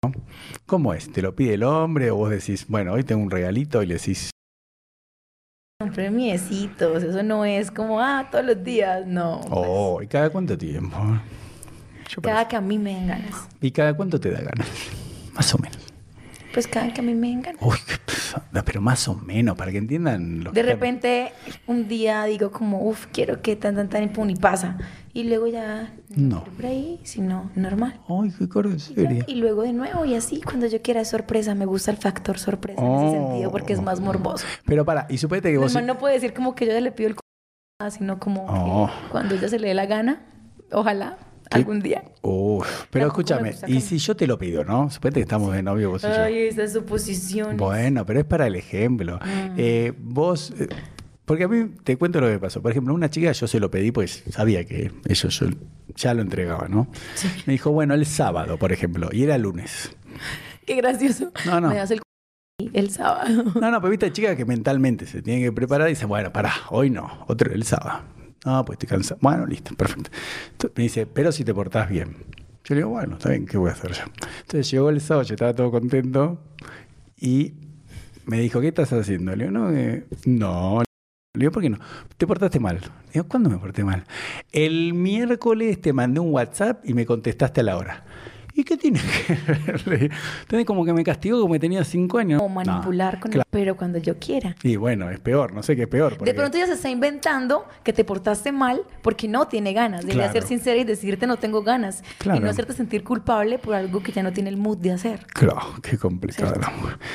¿Cómo es? ¿Te lo pide el hombre o vos decís, bueno, hoy tengo un regalito y le decís, Siempre miecitos, eso no es como, todos los días, no, pues, oh, ¿y cada cuánto tiempo? Yo cada parece. que a mí me den ganas, ¿Y cada cuánto te da ganas? Más o menos. pues cada que a mí me den ganas. Uy, pero más o menos, para que entiendan los De términos. repente, un día digo como, quiero que tan, y pum, y pasa. Y luego ya, No. por ahí, si no, normal. Ay, qué caro, en Y ya, serio. y luego de nuevo, y así, cuando yo quiera es sorpresa, me gusta el factor sorpresa en ese sentido, porque es más morboso. Pero para, y supete que vos... Normal no puede decir como que yo ya le pido el sino como Oh. que cuando ella se le dé la gana, ojalá, ¿Qué? algún día. Pero Tampoco me escúchame, gusta y que- si yo te lo pido, ¿no? Supete que estamos de novio vos y yo. Ay, esas suposiciones. Bueno, pero es para el ejemplo. Vos, porque a mí te cuento lo que pasó. Por ejemplo, una chica yo se lo pedí, pues sabía que eso yo ya lo entregaba, ¿no? Sí. Me dijo, bueno, el sábado, por ejemplo, y era lunes. Qué gracioso. No. Me das el sábado. No, pero viste, chica que mentalmente se tiene que preparar y dice, bueno, pará, hoy no, otro el sábado. No, pues estoy cansado. Bueno, listo, perfecto. Entonces, me dice, pero si te portás bien. Yo le digo, bueno, está bien, ¿qué voy a hacer yo? Entonces llegó el sábado, yo estaba todo contento y me dijo, ¿qué estás haciendo? Le digo, no. Le digo, ¿por qué no? Te portaste mal. Le digo, ¿cuándo me porté mal? El miércoles te mandé un WhatsApp y me contestaste a la hora. ¿Y qué tiene que ver? Le digo, entonces como que me castigó como que tenía 5 años. O manipular con claro. pero cuando yo quiera. Y bueno, es peor, no sé qué es peor. De porque- pronto ella se está inventando que te portaste mal porque no tiene ganas. Debería Claro. ser sincera y decirte no tengo ganas. Claro. Y no hacerte sentir culpable por algo que ya no tiene el mood de hacer. Claro, qué complicado el ¿Cierto? amor.